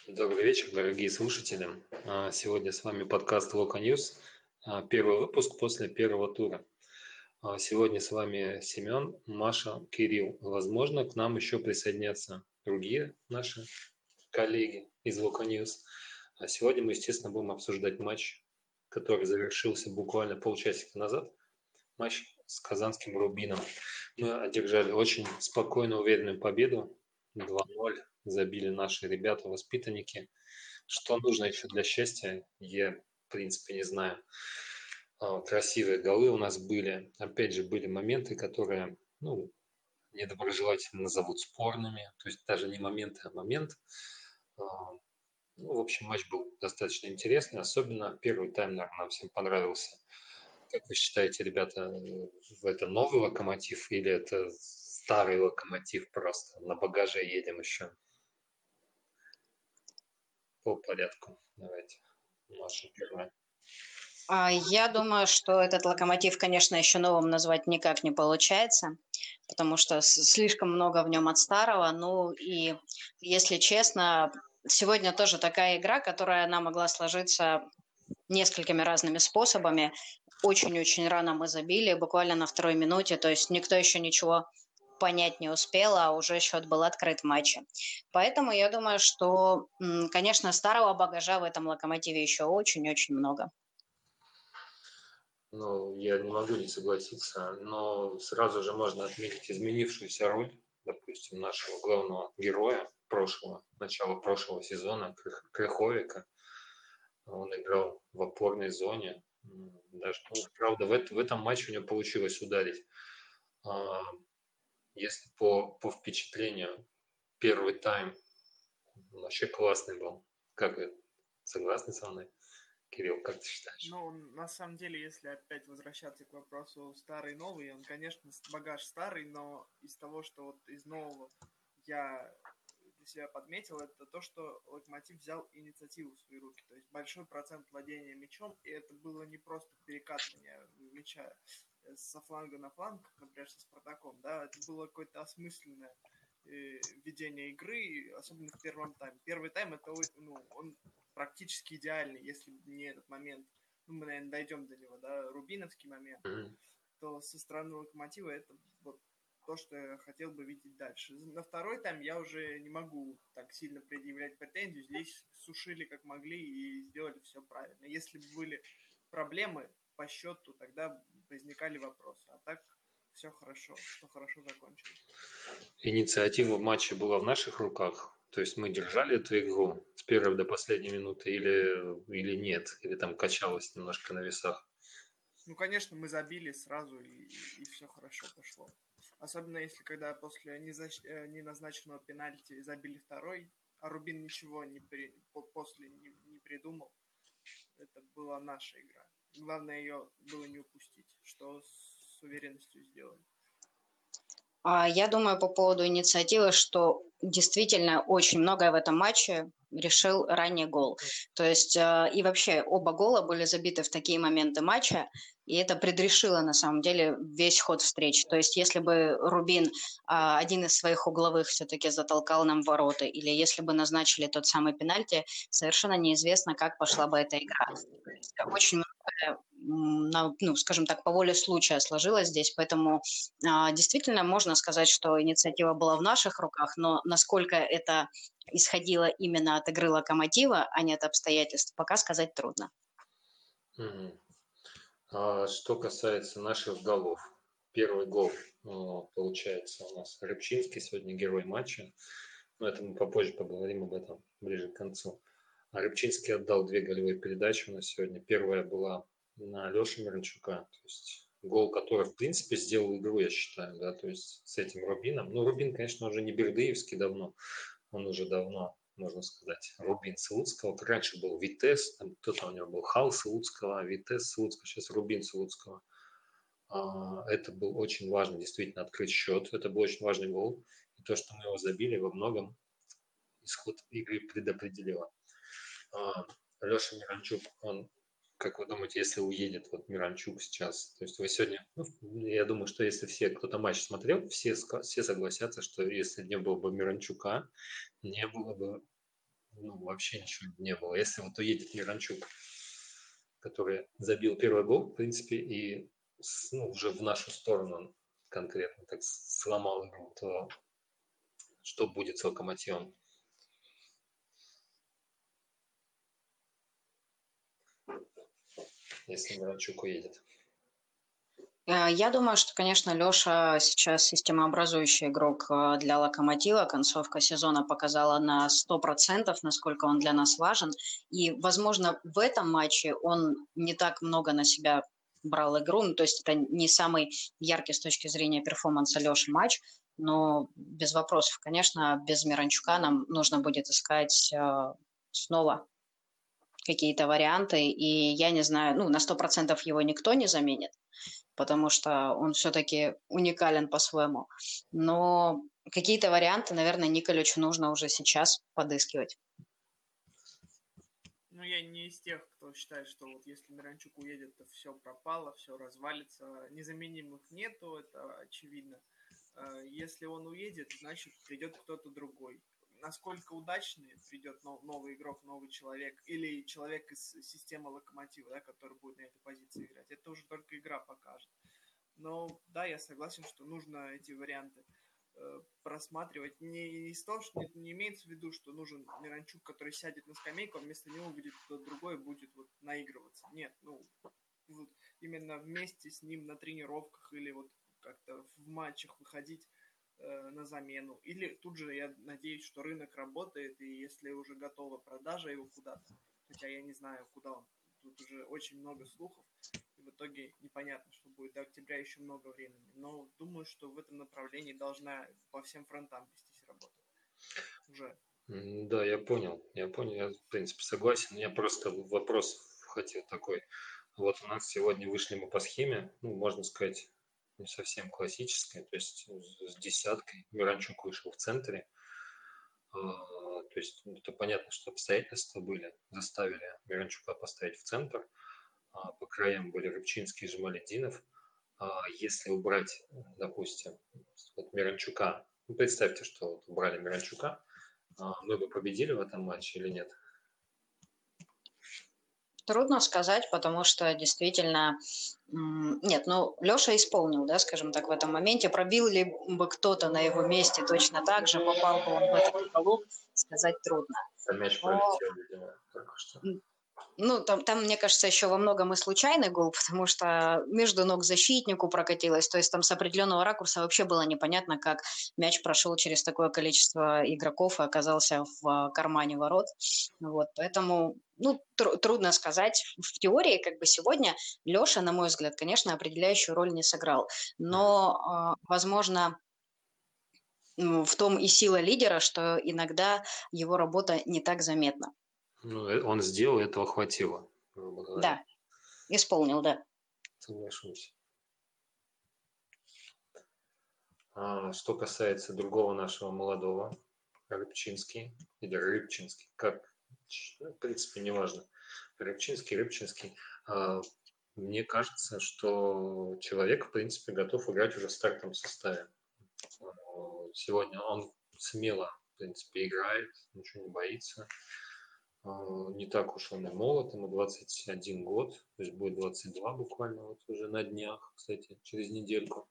Добрый вечер, дорогие слушатели. Сегодня с вами подкаст Лока Ньюс. Первый выпуск после первого тура. Сегодня с вами Семен, Маша, Кирилл. Возможно, к нам еще присоединятся другие наши коллеги из Лока Ньюс. Сегодня мы, естественно, будем обсуждать матч, который завершился буквально полчасика назад. Матч с казанским Рубином. Мы одержали очень спокойно уверенную победу. 2-0 забили наши ребята, воспитанники. Что нужно еще для счастья, я, в принципе, не знаю. Красивые голы у нас были. Опять же, были моменты, которые, недоброжелательно назовут спорными. То есть даже не моменты, а момент. А, в общем, матч был достаточно интересный. Особенно первый тайм, наверное, нам всем понравился. Как вы считаете, ребята, это новый локомотив или это старый локомотив просто? На багаже едем еще по порядку. Давайте. Маша первая. Я думаю, что этот локомотив, конечно, еще новым назвать никак не получается, потому что слишком много в нем от старого. Ну и, если честно, сегодня тоже такая игра, которая она могла сложиться несколькими разными способами. Очень-очень рано мы забили, буквально на второй минуте, то есть никто еще ничего понять не успел, а уже счет был открыт в матче. Поэтому я думаю, что, конечно, старого багажа в этом локомотиве еще очень-очень много. Ну, я не могу не согласиться, но сразу же можно отметить изменившуюся роль, допустим, нашего главного героя начала прошлого сезона, Крыховика. Он играл в опорной зоне. Даже, правда, в этом матче у него получилось ударить. А, Если по впечатлению, первый тайм вообще классный был. Как вы согласны со мной? Кирилл, как ты считаешь? Ну, на самом деле, если опять возвращаться к вопросу старый-новый, он, конечно, багаж старый, но из того, что вот из нового я для себя подметил, это то, что Локомотив взял инициативу в свои руки. То есть большой процент владения мячом, и это было не просто перекатывание мяча со фланга на фланг, как, например, со Спартаком, да, это было какое-то осмысленное ведение игры, особенно в первом тайме. Первый тайм, это, он практически идеальный, если бы не этот момент, мы, наверное, дойдем до него, да, рубиновский момент, то со стороны Локомотива это вот то, что я хотел бы видеть дальше. На второй тайм я уже не могу так сильно предъявлять претензию. Здесь сушили как могли и сделали все правильно. Если бы были проблемы по счету, тогда возникали вопросы. А так все хорошо, что хорошо закончилось. Инициатива в матче была в наших руках. То есть мы держали эту игру с первой до последней минуты или нет? Или там качалось немножко на весах? Ну, конечно, мы забили сразу, и все хорошо пошло. Особенно если когда после неназначенного пенальти забили второй, а Рубин ничего после не придумал. Это была наша игра. Главное ее было не упустить, что с уверенностью сделали. Я думаю по поводу инициативы, что действительно очень многое в этом матче решил ранний гол. То есть и вообще оба гола были забиты в такие моменты матча, и это предрешило на самом деле весь ход встречи. То есть если бы Рубин один из своих угловых все-таки затолкал нам в ворота, или если бы назначили тот самый пенальти, совершенно неизвестно, как пошла бы эта игра. Очень многое, скажем так, по воле случая сложилось здесь, поэтому действительно можно сказать, что инициатива была в наших руках, но насколько это исходило именно от игры Локомотива, а не от обстоятельств, пока сказать трудно. Мгм. А что касается наших голов. Первый гол, получается, у нас Рыбчинский сегодня герой матча. Но это мы попозже поговорим об этом, ближе к концу. А Рыбчинский отдал 2 голевые передачи у нас сегодня. Первая была на Лешу Миранчука. То есть гол, который, в принципе, сделал игру, я считаю, да, то есть с этим Рубином. Ну, Рубин, конечно, уже не Бердыевский давно. Он уже давно, можно сказать, Рубин Слуцкого. Раньше был Витес, там кто-то у него был Хал Слуцкого, Витес Слуцкого, сейчас Рубин Слуцкого. Это был очень важно действительно открыть счет. Это был очень важный гол. И то, что мы его забили, во многом исход игры предопределило. Леша Миранчук, он, как вы думаете, если уедет вот Миранчук сейчас, то есть вы сегодня, я думаю, что если кто-то матч смотрел, все согласятся, что если не было бы Миранчука, не было бы вообще ничего не было. Если вот уедет Миранчук, который забил первый гол, в принципе, и уже в нашу сторону он конкретно так сломал игру, то что будет с Локомотивом? Если Миранчук уедет? Я думаю, что, конечно, Лёша сейчас системообразующий игрок для Локомотива. Концовка сезона показала на 100%, насколько он для нас важен. И, возможно, в этом матче он не так много на себя брал игру. Ну, то есть это не самый яркий с точки зрения перформанса Лёши матч, но без вопросов, конечно, без Миранчука нам нужно будет искать снова какие-то варианты. И я не знаю, на 100% его никто не заменит, потому что он все-таки уникален по-своему. Но какие-то варианты, наверное, Николичу нужно уже сейчас подыскивать. Ну, я не из тех, кто считает, что вот если Миранчук уедет, то все пропало, все развалится. Незаменимых нету, это очевидно. Если он уедет, значит придет кто-то другой. Насколько удачный придет новый игрок, новый человек, или человек из системы Локомотива, да, который будет на этой позиции играть, это уже только игра покажет. Но да, я согласен, что нужно эти варианты просматривать. Не из того, что не имеется в виду, что нужен Миранчук, который сядет на скамейку, а вместо него выйдет кто-то другой и будет вот наигрываться. Нет, вот именно вместе с ним на тренировках или вот как-то в матчах выходить на замену. Или тут же я надеюсь, что рынок работает, и если уже готова продажа его куда-то, хотя я не знаю, куда он. Тут уже очень много слухов, и в итоге непонятно, что будет. До октября еще много времени. Но думаю, что в этом направлении должна по всем фронтам вестись работа. Уже. Да, я понял, я, в принципе, согласен. Я просто вопрос хотел такой. Вот у нас сегодня вышли мы по схеме, можно сказать, не совсем классической, то есть с десяткой. Миранчук вышел в центре. То есть это понятно, что обстоятельства были, заставили Миранчука поставить в центр. По краям были Рыбчинский и Жамалетдинов. Если убрать, допустим, вот Миранчука, представьте, что вот убрали Миранчука, мы бы победили в этом матче или нет? Трудно сказать, потому что действительно... Нет, Лёша исполнил, да, скажем так, в этом моменте. Пробил ли бы кто-то на его месте точно так же, попал бы он в этот уголок, сказать трудно. Мяч Но пролетел, видимо, только что. там, мне кажется, еще во многом и случайный гол, потому что между ног защитнику прокатилось, то есть там с определенного ракурса вообще было непонятно, как мяч прошел через такое количество игроков и оказался в кармане ворот. Вот, поэтому, трудно сказать. В теории, как бы сегодня Леша, на мой взгляд, конечно, определяющую роль не сыграл, но, возможно, в том и сила лидера, что иногда его работа не так заметна. Он сделал, этого хватило, грубо говоря. Да, исполнил, да. Соглашусь. Что касается другого нашего молодого, Рыбчинский, или Рыбчинский, как, в принципе, неважно. Рыбчинский. Мне кажется, что человек, в принципе, готов играть уже в стартовом составе. Сегодня он смело, в принципе, играет, ничего не боится. Не так уж он и молод, ему 21 год, то есть будет 22 буквально вот уже на днях, кстати, через недельку.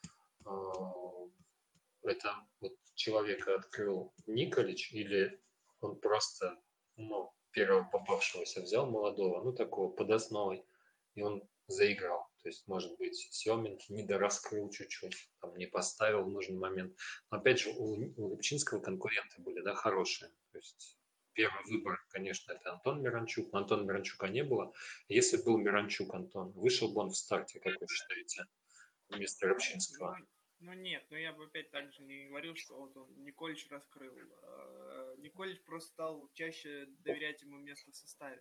Это вот человека открыл Николич или он просто, первого попавшегося взял молодого, такого подосновой, и он заиграл. То есть, может быть, Семин недораскрыл чуть-чуть, там, не поставил в нужный момент. Но опять же, у Рыбчинского конкуренты были, да, хорошие. То есть первый выбор, конечно, это Антон Миранчук, но Антона Миранчука не было. Если был Миранчук, Антон, вышел бы он в старте, как вы считаете, вместо Рыбчинского? Нет, я бы опять так же не говорил, что вот он Николич раскрыл. Николич просто стал чаще доверять ему место в составе.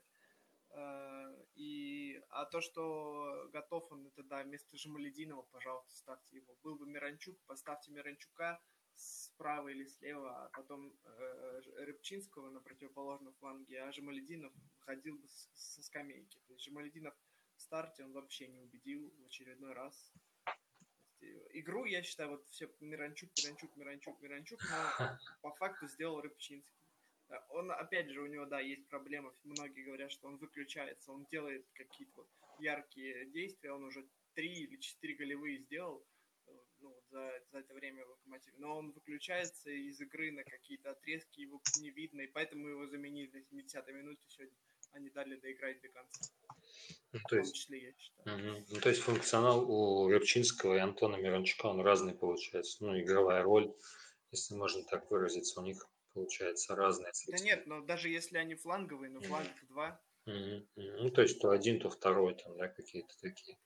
А то, что готов он, это да, вместо Жамалединова, пожалуйста, ставьте его. Был бы Миранчук, поставьте Миранчука справа или слева, а потом Рыбчинского на противоположном фланге, а Жамалединов выходил бы со скамейки. То есть Жамалединов в старте он вообще не убедил в очередной раз. Игру, я считаю, вот все Миранчук, но по факту сделал Рыбчинский. Он, опять же, у него, да, есть проблема. Многие говорят, что он выключается, он делает какие-то вот яркие действия, он уже 3 или 4 голевые сделал ну, вот за это время в Локомотиве. Но он выключается из игры на какие-то отрезки, его не видно, и поэтому его заменили на 70-й минуте сегодня. Они дали доиграть до конца. Ну, В то том есть, числе, я считаю. ну, то есть функционал у Рябчинского и Антона Мирончука, он разный получается. Ну, игровая роль, если можно так выразиться, у них получается разная Да совсем. нет, но даже если они фланговые, но флангов два. Ну, то есть то один, то второй, там, да, какие-то такие.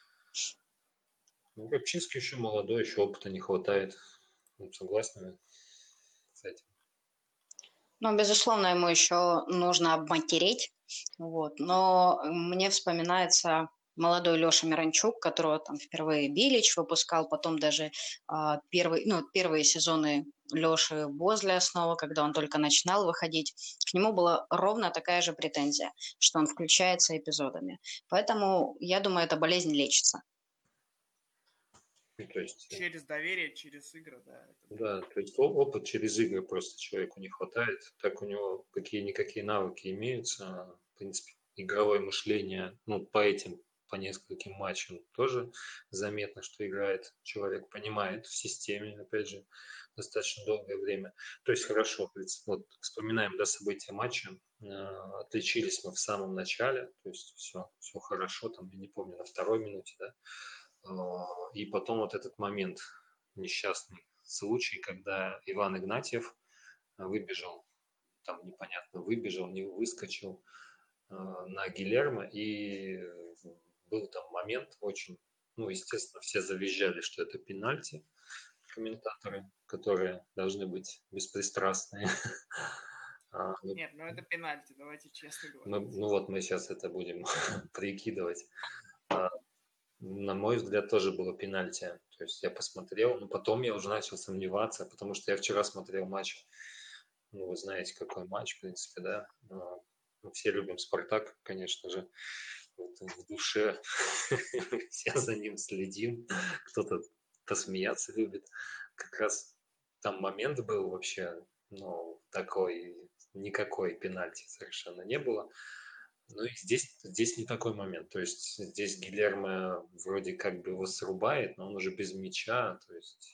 Ну, Рябчинский еще молодой, еще опыта не хватает. Ну, согласны с этим? Ну, безусловно, ему еще нужно обматереть, вот. Но мне вспоминается молодой Леша Миранчук, которого там впервые Билич выпускал, потом даже первые сезоны Леши возле основы, когда он только начинал выходить, к нему была ровно такая же претензия, что он включается эпизодами. Поэтому, я думаю, эта болезнь лечится. Ну, то есть, Через доверие, через игры, да. да, то есть опыт через игры просто человеку не хватает. Так у него какие-никакие навыки имеются. В принципе, игровое мышление, ну, по нескольким матчам тоже заметно, что играет человек, понимает в системе, опять же, достаточно долгое время. То есть хорошо, в принципе, вот вспоминаем, да, события матча. Отличились мы в самом начале, то есть все хорошо, там, я не помню, на второй минуте, да. И потом вот этот момент, несчастный случай, когда Иван Игнатьев выбежал, там непонятно, выбежал, не выскочил на Гильермо, и был там момент очень, ну, естественно, все завизжали, что это пенальти, комментаторы, которые должны быть беспристрастные. Нет, ну это пенальти, давайте честно говорить. Ну вот мы сейчас это будем прикидывать. На мой взгляд, тоже было пенальти. То есть я посмотрел, но потом я уже начал сомневаться, потому что я вчера смотрел матч. Ну, вы знаете, какой матч, в принципе, да. Мы все любим «Спартак», конечно же. Вот в душе все за ним следим. Кто-то посмеяться любит. Как раз там момент был вообще, ну, такой, никакой пенальти совершенно не было. Ну и здесь не такой момент. То есть здесь Гильермо вроде как бы его срубает, но он уже без мяча. То есть,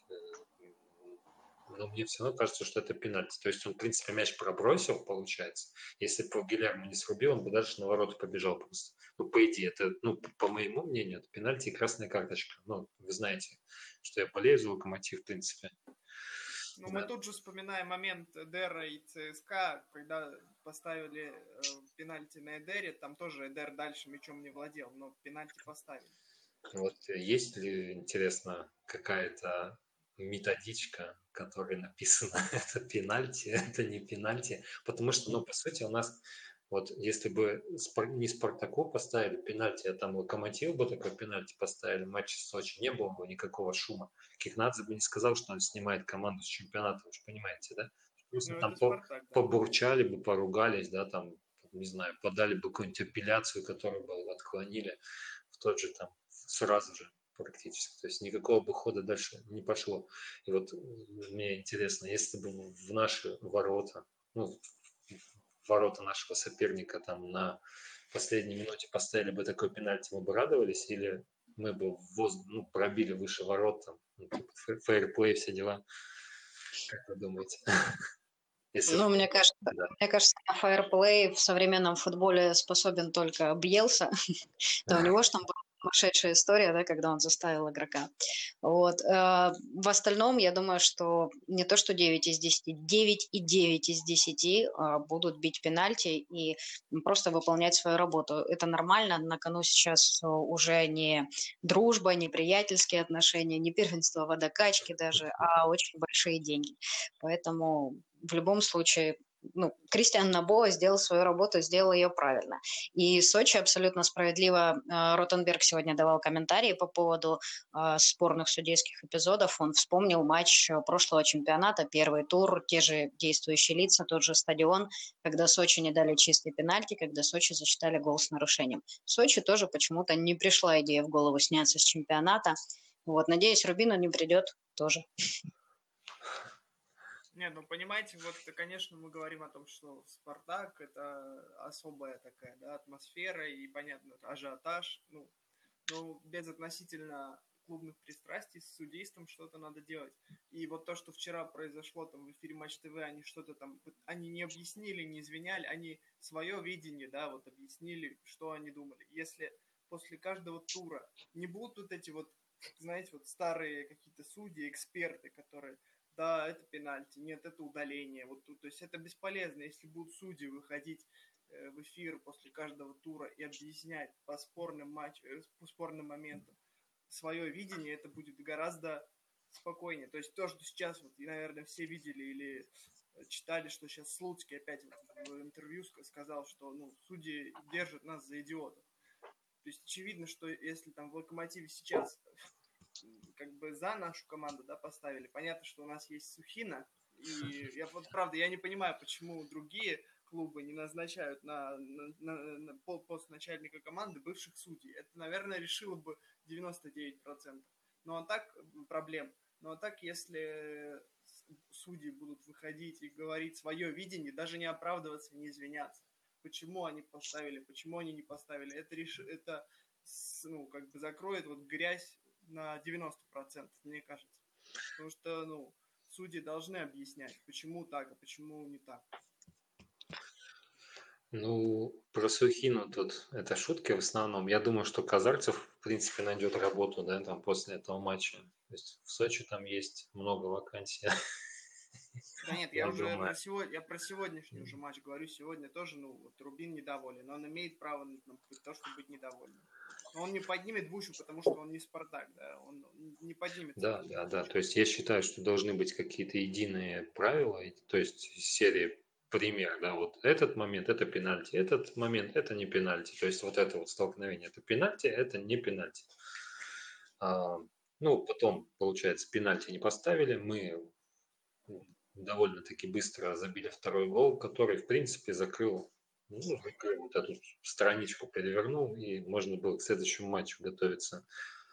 но мне все равно кажется, что это пенальти. То есть он, в принципе, мяч пробросил, получается. Если бы Гильермо не срубил, он бы дальше на ворота побежал просто. Ну, по идее, это, ну, по моему мнению, это пенальти и красная карточка. Ну, вы знаете, что я болею за Локомотив, в принципе. Ну, мы Да. тут же вспоминаем момент Эдера и ЦСКА, когда поставили пенальти на Эдере, там тоже Эдер дальше мячом не владел, но пенальти поставили. Вот есть ли, интересно, какая-то методичка, в которой написано это пенальти, это не пенальти? Потому что, ну, по сути, у нас, вот если бы не Спартаку поставили пенальти, а там Локомотив бы такой пенальти поставили, в матче с Сочи не было бы никакого шума. Кикнадзе бы не сказал, что он снимает команду с чемпионата, вы же понимаете, да? Просто Ну, там это Спартак, да. побурчали бы, поругались, да, там, не знаю, подали бы какую-нибудь апелляцию, которую бы отклонили в тот же там сразу же практически. То есть никакого бы хода дальше не пошло. И вот мне интересно, если бы в наши ворота, ну, в ворота нашего соперника там на последней минуте поставили бы такой пенальти, мы бы радовались, или мы бы ну, пробили выше ворот, там, ну, типа, фейерплей, все дела. Как вы думаете? Если Ну, бы, мне кажется, да. мне кажется, на фаерплей в современном футболе способен только Бьелса. Да, у него же там была сумасшедшая история, да, когда он заставил игрока. Вот. В остальном, я думаю, что не то, что 9 из 10, 9 и 9 из 10 будут бить пенальти и просто выполнять свою работу. Это нормально. На кону сейчас уже не дружба, не приятельские отношения, не первенство водокачки даже, а очень большие деньги. Поэтому в любом случае, ну, Кристиан Набо сделал свою работу, сделал ее правильно. И Сочи абсолютно справедливо, Ротенберг сегодня давал комментарии по поводу спорных судейских эпизодов. Он вспомнил матч прошлого чемпионата, первый тур, те же действующие лица, тот же стадион, когда Сочи не дали чистый пенальти, когда Сочи засчитали гол с нарушением. Сочи тоже почему-то не пришла идея в голову сняться с чемпионата. Вот, надеюсь, Рубину не придет тоже. Нет, ну понимаете, вот, конечно, мы говорим о том, что Спартак это особая такая, да, атмосфера и, понятно, ажиотаж, ну, но без относительно клубных пристрастий с судейством что-то надо делать. И вот то, что вчера произошло там в эфире Матч ТВ, они что-то там, они не объяснили, не извиняли, они свое видение, да, вот объяснили, что они думали. Если после каждого тура не будут вот эти вот, знаете, вот старые какие-то судьи, эксперты, которые да, это пенальти, нет, это удаление. Вот тут, то есть это бесполезно, если будут судьи выходить в эфир после каждого тура и объяснять по спорным по спорным моментам свое видение, это будет гораздо спокойнее. То есть то, что сейчас, вот, и, наверное, все видели или читали, что сейчас Слуцкий опять вот в интервью сказал, что ну, судьи держат нас за идиотов. То есть очевидно, что если там в Локомотиве сейчас как бы за нашу команду, да, поставили. Понятно, что у нас есть Сухина, и я вот правда, я не понимаю, почему другие клубы не назначают на пост начальника команды бывших судей. Это, наверное, решило бы 99%. Но а так проблем. Но а так, если судьи будут выходить и говорить свое видение, даже не оправдываться, не извиняться. Почему они поставили, почему они не поставили. Это ну, как бы закроет вот грязь на 90%, мне кажется. Потому что, ну, судьи должны объяснять, почему так, а почему не так. Ну, про Сухину тут это шутки в основном. Я думаю, что Казарцев, в принципе, найдет работу, да, там после этого матча. То есть в Сочи там есть много вакансий. Да нет, я Я уже думаю, я про сегодняшний уже матч говорю. Сегодня тоже, ну, вот Рубин недоволен. Он имеет право на то, чтобы быть недовольным. Но он не поднимет бучу, потому что он не Спартак, да. Он не поднимет да, такую да, да. бучу. То есть я считаю, что должны быть какие-то единые правила, то есть из серии пример, да, вот этот момент это пенальти, этот момент это не пенальти. То есть вот это вот столкновение это пенальти, это не пенальти. А, ну, потом, получается, пенальти не поставили, мы довольно-таки быстро забили второй гол, который, в принципе, закрыл, ну, закрыл вот эту страничку, перевернул, и можно было к следующему матчу готовиться.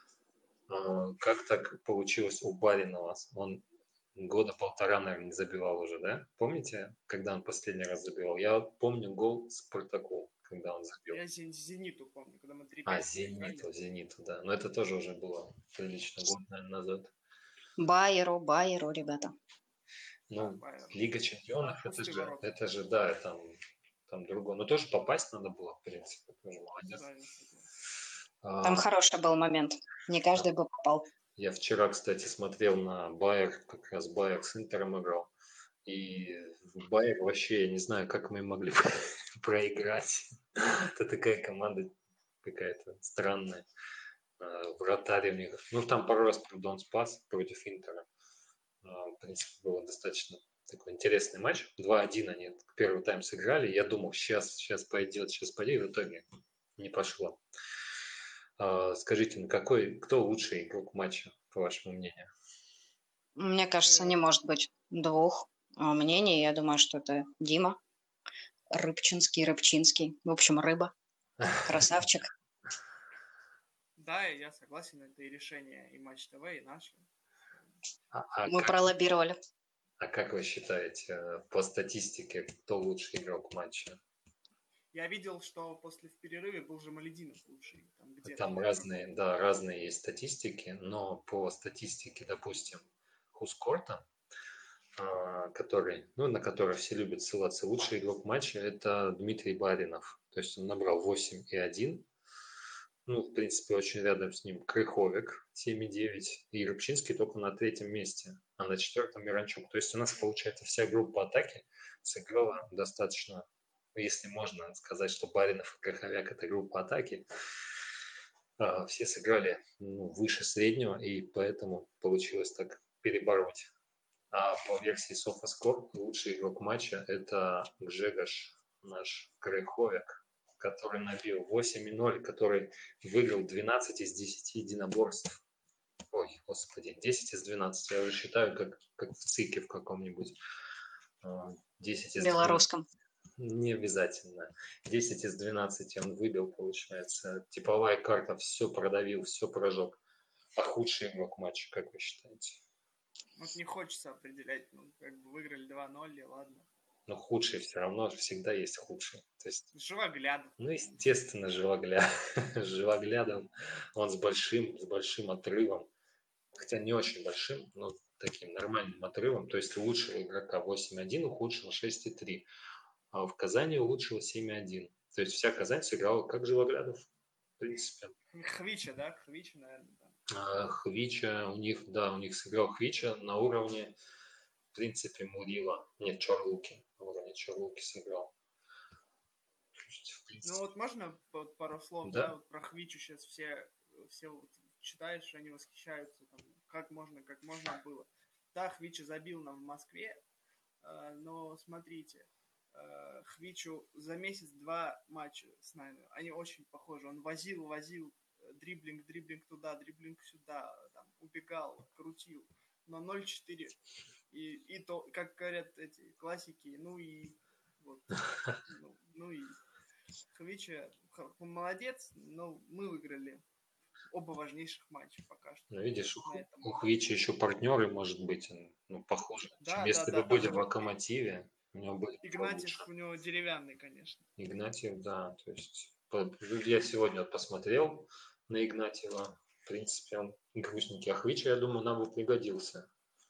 Как так получилось у Баринова? Он года полтора, наверное, не забивал уже, да? Помните, когда он последний раз забивал? Я помню гол Спартаку, когда он забил. Я Зениту помню, когда мы 3-5 проиграли. Зениту, да. Но это тоже уже было прилично год, наверное, назад. Байеру, ребята. Да, Ну, Байер. Лига На Чемпионов, пустые ворота. это же, да, там другое. Но тоже попасть надо было, в принципе, тоже молодец. Да, действительно. Там А, хороший был момент. Не каждый бы попал. я вчера, кстати, смотрел на Байер, как раз Байер с Интером играл. И в Байер вообще, я не знаю, как мы могли проиграть. Это такая команда какая-то странная. Вратарь у них. Ну, там пару раз, правда, он спас против Интера. В принципе, было достаточно такой интересный матч. 2-1 они первый тайм сыграли. Я думал, сейчас пойдет. И в итоге не пошло. Скажите, кто лучший игрок матча, по вашему мнению? Мне кажется, не может быть двух мнений. Я думаю, что это Дима Рыбчинский. В общем, рыба. Красавчик. Да, я согласен, это и решение и Матч ТВ, и наше. А, а Мы как, пролоббировали. а как вы считаете, по статистике, кто лучший игрок матча? Я видел, что после в перерыве был Жамалединов лучший. Там где-то Там я пробовал. разные есть статистики, но по статистике, допустим, Хускорта, на который все любят ссылаться, лучший игрок матча – это Дмитрий Баринов. То есть он набрал 8,1. Ну, в принципе, очень рядом с ним Крыховик 7,9 и Рыбчинский только на третьем месте, а на четвертом Миранчук. То есть у нас, получается, вся группа атаки сыграла достаточно, если можно сказать, что Баринов и Крыховяк – это группа атаки, все сыграли выше среднего, и поэтому получилось так перебороть. А по версии SofaScore лучший игрок матча – это Гжегош, наш Крыховик, который набил 8,0, который выиграл 12 из 10 единоборств. Ой, господи, 10 из 12. Я уже считаю, как в ЦИКе в каком-нибудь. 10 из 12. Белорусском. Не обязательно. 10 из 12 он выбил, получается. Типовая карта, все продавил, все прожег. А худший игрок матча, как вы считаете? Вот не хочется определять, ну, как бы выиграли 2-0, и ладно. Но худший все равно всегда есть худший. То есть, Живогляд. ну, естественно, Живогляд. Живоглядом он с большим отрывом, хотя не очень большим, но таким нормальным отрывом. То есть у лучшего игрока 8-1, у худшего 6-3. А в Казани у лучшего 7-1. То есть вся Казань сыграла как Живоглядов, в принципе. Хвича, да? Хвича, наверное, да. Хвича, у них сыграл Хвича на уровне, в принципе, Мурила. Нет, Чорлуки. На уровне Чорлуки сыграл. То есть, в Ну принципе, вот можно пару слов, да, да. вот про Хвичу сейчас все вот читаешь, они восхищаются, там, как можно было. Да, Хвича забил нам в Москве, но смотрите, Хвичу за месяц-два матча с нами, они очень похожи. Он возил, дриблинг туда, дриблинг сюда, там, убегал, крутил. Но 0-4. И то, как говорят эти классики, ну и вот, ну и Хвича молодец, но мы выиграли оба важнейших матча пока что. Ну, видишь, На этом. у Хвича еще партнеры, может быть, ну, похуже. Чем Да, да, если да, бы там были в Локомотиве, у него были Игнатьев получше. у него деревянный, конечно. Игнатьев, да, то есть я сегодня вот посмотрел на Игнатьева, в принципе, он грустненький, а Хвича, я думаю, нам бы пригодился.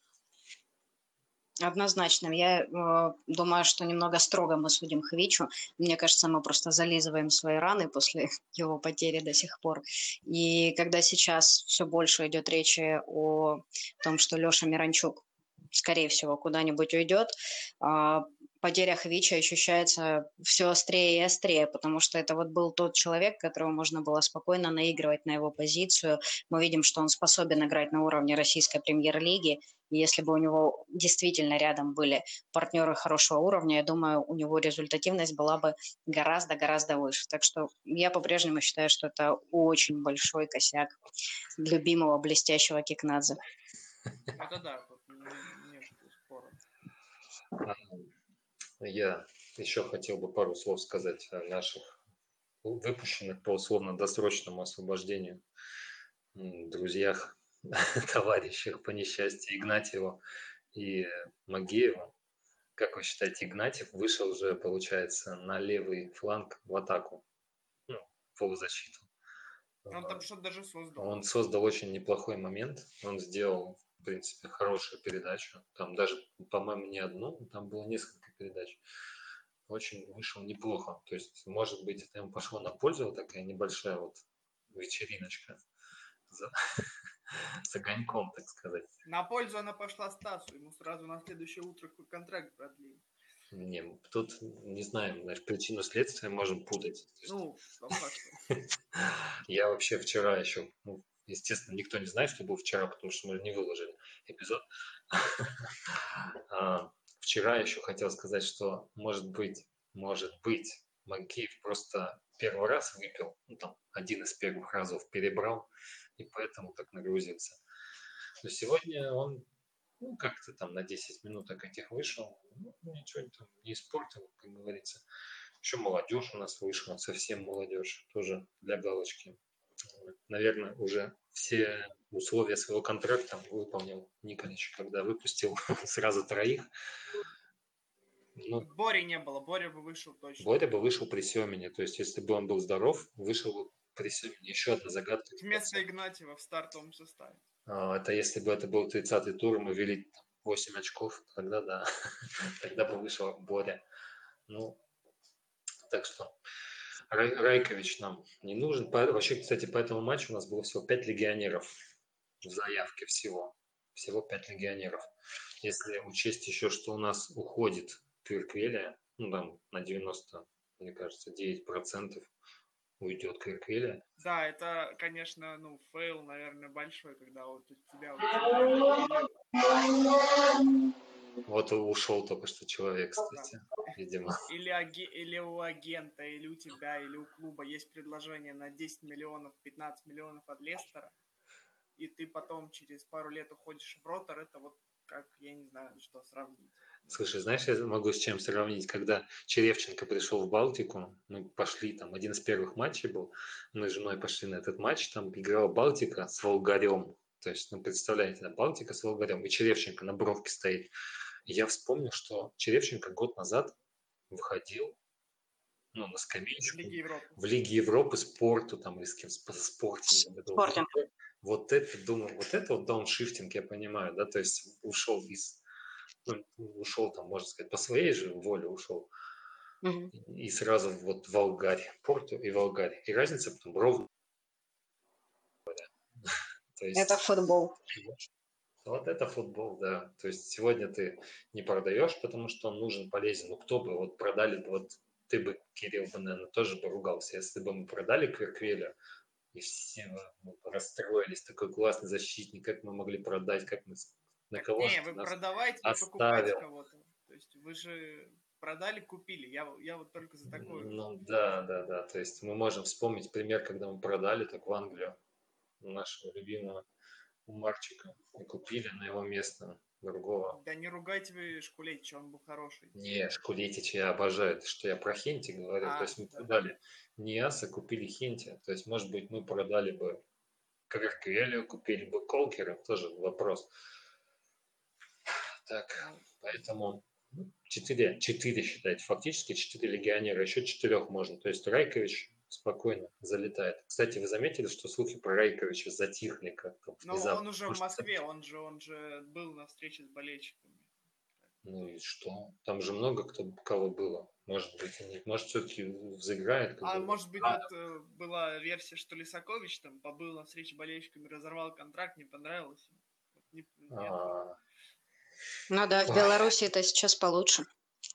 Однозначно. Я думаю, что немного строго мы судим Хвичу. Мне кажется, мы просто зализываем свои раны после его потери до сих пор. И когда сейчас все больше идет речи о том, что Леша Миранчук, скорее всего, куда-нибудь уйдет, потеря Хвича ощущается все острее и острее, потому что это вот был тот человек, которого можно было спокойно наигрывать на его позицию. Мы видим, что он способен играть на уровне российской премьер-лиги. И если бы у него действительно рядом были партнеры хорошего уровня, я думаю, у него результативность была бы гораздо-гораздо выше. Так что я по-прежнему считаю, что это очень большой косяк любимого блестящего Кикнадзе. Это да, тут нет спора. Я еще хотел бы пару слов сказать о наших выпущенных по условно-досрочному освобождению друзьях, товарищах по несчастью Игнатьева и Магеева. Как вы считаете, Игнатьев вышел уже, получается, на левый фланг в атаку, ну, в полузащиту. Он там что-то даже создал. Он создал очень неплохой момент. Он сделал, в принципе, хорошую передачу. Там даже, по-моему, не одну, там было несколько передач. Очень вышел неплохо. То есть, может быть, это ему пошло на пользу, вот такая небольшая вот вечериночка с огоньком, так сказать. На пользу она пошла Стасу. Ему сразу на следующее утро контракт продлили. Не, тут не знаем, значит, причину следствия можем путать. Ну, по факту. Я вообще вчера еще, ну, естественно, никто не знает, что был вчера, потому что мы не выложили эпизод. Вчера еще хотел сказать, что может быть, Макеев просто первый раз выпил, ну, там, один из первых разов перебрал, и поэтому так нагрузился. Но сегодня он, ну, как-то там на 10 минуток этих вышел, ну, ничего там не испортил, как говорится. Еще молодежь у нас вышла, совсем молодежь, тоже для галочки. Наверное, уже все условия своего контракта выполнил Николич, когда выпустил сразу троих. Ну, Бори не было, Боря бы вышел точно. Боря бы вышел при Семене. То есть, если бы он был здоров, вышел бы при Семене. Еще одна загадка. Вместо Игнатьева в стартовом составе. Это если бы это был 30-й тур, мы вели 8 очков, тогда да. Тогда бы вышел Боря. Ну, так что Райкович нам не нужен. Вообще, кстати, по этому матчу у нас было всего 5 легионеров в заявке всего. Всего 5 легионеров. Если учесть еще, что у нас уходит Квирквелия, ну там на 90, мне кажется, 9% уйдет Квирквелия. Да, это, конечно, ну, фейл, наверное, большой, когда вот у тебя Вот ушел только что человек, кстати, видимо. или у агента, или у тебя, или у клуба есть предложение на 10 миллионов, 15 миллионов от Лестера, и ты потом через пару лет уходишь в Ротор, это вот как, я не знаю, что сравнить. Слушай, знаешь, я могу с чем сравнить, когда Черевченко пришел в Балтику, мы пошли, там, один из первых матчей был, мы с женой пошли на этот матч, там играла Балтика с Волгарем, То есть, ну, представляете, Балтика с Волгарем, и Черевченко на бровке стоит. И я вспомнил, что Черевченко год назад выходил, ну, на В скамеечку Лиге Европы. в Лиге Европы спорту, там, или с кем, спортинг. Я думаю, Спортинг. вот это, думаю, вот это вот дауншифтинг, я понимаю, да, то есть ушел ну, ушел там, можно сказать, по своей же воле ушел, Мгм. и сразу вот Волгарь, Порту и Волгарь. И разница потом ровно, то Это есть футбол. вот это футбол, да. То есть сегодня ты не продаешь, потому что он нужен, полезен. Ну, кто бы, вот продали бы, вот ты бы, Кирилл, бы, наверное, тоже бы ругался, если бы мы продали Кверквеля, и все бы расстроились, такой классный защитник, как мы могли продать, как мы, на Так кого же не, ты вы нас продавайте, не покупайте оставил. кого-то. То есть вы же продали, купили. Я вот только за такое. Ну, да, да, да. То есть мы можем вспомнить пример, когда мы продали так в Англию нашего любимого Умарчика и купили на его место другого. Да не ругайте вы Шкулетича, он был хороший. Не, Шкулетич я обожаю, это что я про Хенти говорю. То А, есть мы да. продали Ниаса, купили Хенти. То есть, может быть, мы продали бы Кверквелию, купили бы Колкера, тоже вопрос. Так, Ну, поэтому 4 считайте, фактически 4 легионера, еще 4 можно. То есть Райкович спокойно залетает. Кстати, вы заметили, что слухи про Райковича затихли как-то но он внезапно? уже в Может, Москве, он же был на встрече с болельщиками. ну и что? Там же много кого было. Может быть, может все-таки взыграет, как А бы. может быть, вот была версия, что Лисакович там побыл на встрече с болельщиками, разорвал контракт, не понравилось ему. Вот нет. А, Ну да, в ой, Беларуси это сейчас получше.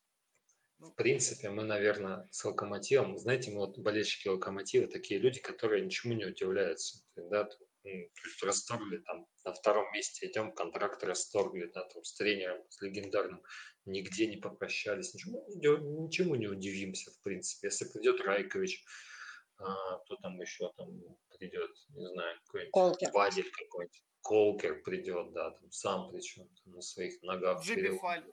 в Ну, принципе, мы, наверное, с Локомотивом, знаете, мы вот болельщики Локомотива, такие люди, которые ничему не удивляются. Да, то есть расторгли там, на втором месте идем, контракт расторгли, да, там, с тренером, с легендарным, нигде не попрощались, ничему не удивимся, в принципе. Если придет Райкович, кто там еще там придет, не знаю, какой-нибудь Колкер. Вадель какой-нибудь, Колкер придет, да, там сам причем на своих ногах Джиби вперед. Фаль.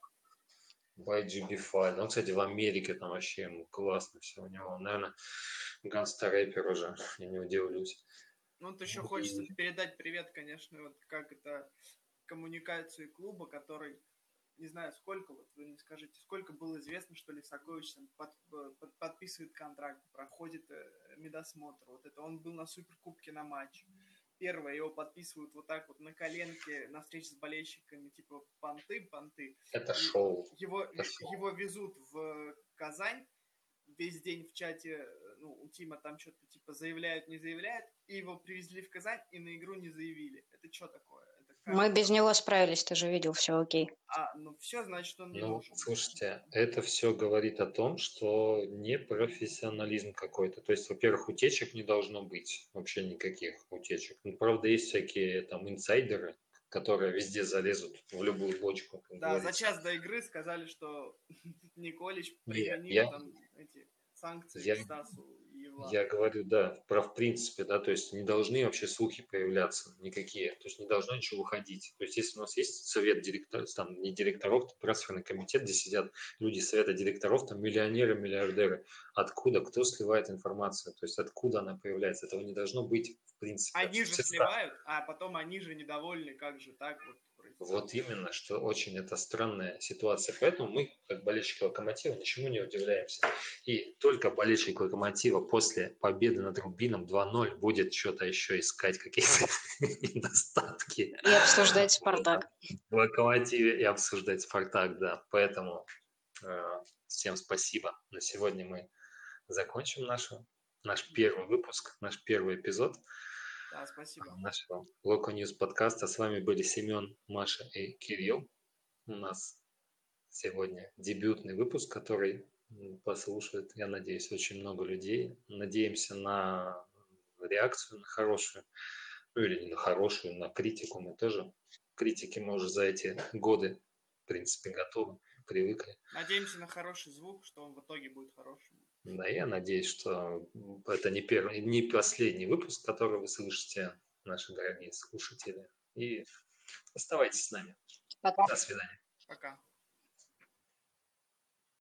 YGB File. Он, кстати, в Америке там вообще ему классно все. У него, наверное, Ганста рэпер уже, я не удивлюсь. Ну, вот еще хочется И передать привет, конечно, вот как это коммуникации клуба, который, не знаю, сколько, вот вы мне скажите, сколько было известно, что Лисакович там подписывает контракт, проходит медосмотр. Вот это он был на Суперкубке на матче. Первое, его подписывают вот так вот на коленке на встрече с болельщиками, типа понты. это И шоу. его, Это шоу. его везут в Казань, весь день в чате, ну, у Тима там что-то типа заявляют, не заявляют, и его привезли в Казань, и на игру не заявили. Это что такое? Это как? Мы без него справились, ты же видел, все окей. Ну все, значит, он не Ну, нужен. слушайте, это все говорит о том, что непрофессионализм какой-то. То есть, во-первых, утечек не должно быть, вообще никаких утечек. Ну, правда, есть всякие там инсайдеры, которые везде залезут в любую бочку, как Да, за говорится. час до игры сказали, что Николич Не, применил там эти санкции я к Стасу и Евлату. Я говорю, да, про в принципе, да, то есть не должны вообще слухи появляться никакие, то есть не должно ничего выходить. То есть если у нас есть совет директоров, там не директоров, то трансферный комитет, где сидят люди совета директоров, там миллионеры, миллиардеры, откуда, кто сливает информацию, то есть откуда она появляется, этого не должно быть в принципе Они вообще. же Все страшно. сливают, а потом они же недовольны, как же так вот происходит. Вот именно, что очень это странная ситуация. Поэтому мы, как болельщики Локомотива, ничему не удивляемся. И только болельщик Локомотива после победы над Рубином 2:0 будет что-то еще искать, какие-то недостатки И обсуждать Спартак. в Локомотиве и обсуждать Спартак, да. Поэтому всем спасибо. На сегодня мы закончим наш первый выпуск, наш первый эпизод Да, спасибо. нашего Локо Ньюс подкаста. С вами были Семен, Маша и Кирилл. У нас сегодня дебютный выпуск, который послушает, я надеюсь, очень много людей. Надеемся на реакцию, на хорошую, ну или не на хорошую, на критику. Мы тоже, критики мы уже за эти годы, в принципе, готовы, привыкли. Надеемся на хороший звук, что он в итоге будет хорошим. Да, я надеюсь, что это не первый, не последний выпуск, который вы слышите, наши дорогие слушатели. И оставайтесь с нами. Пока. До свидания. Пока.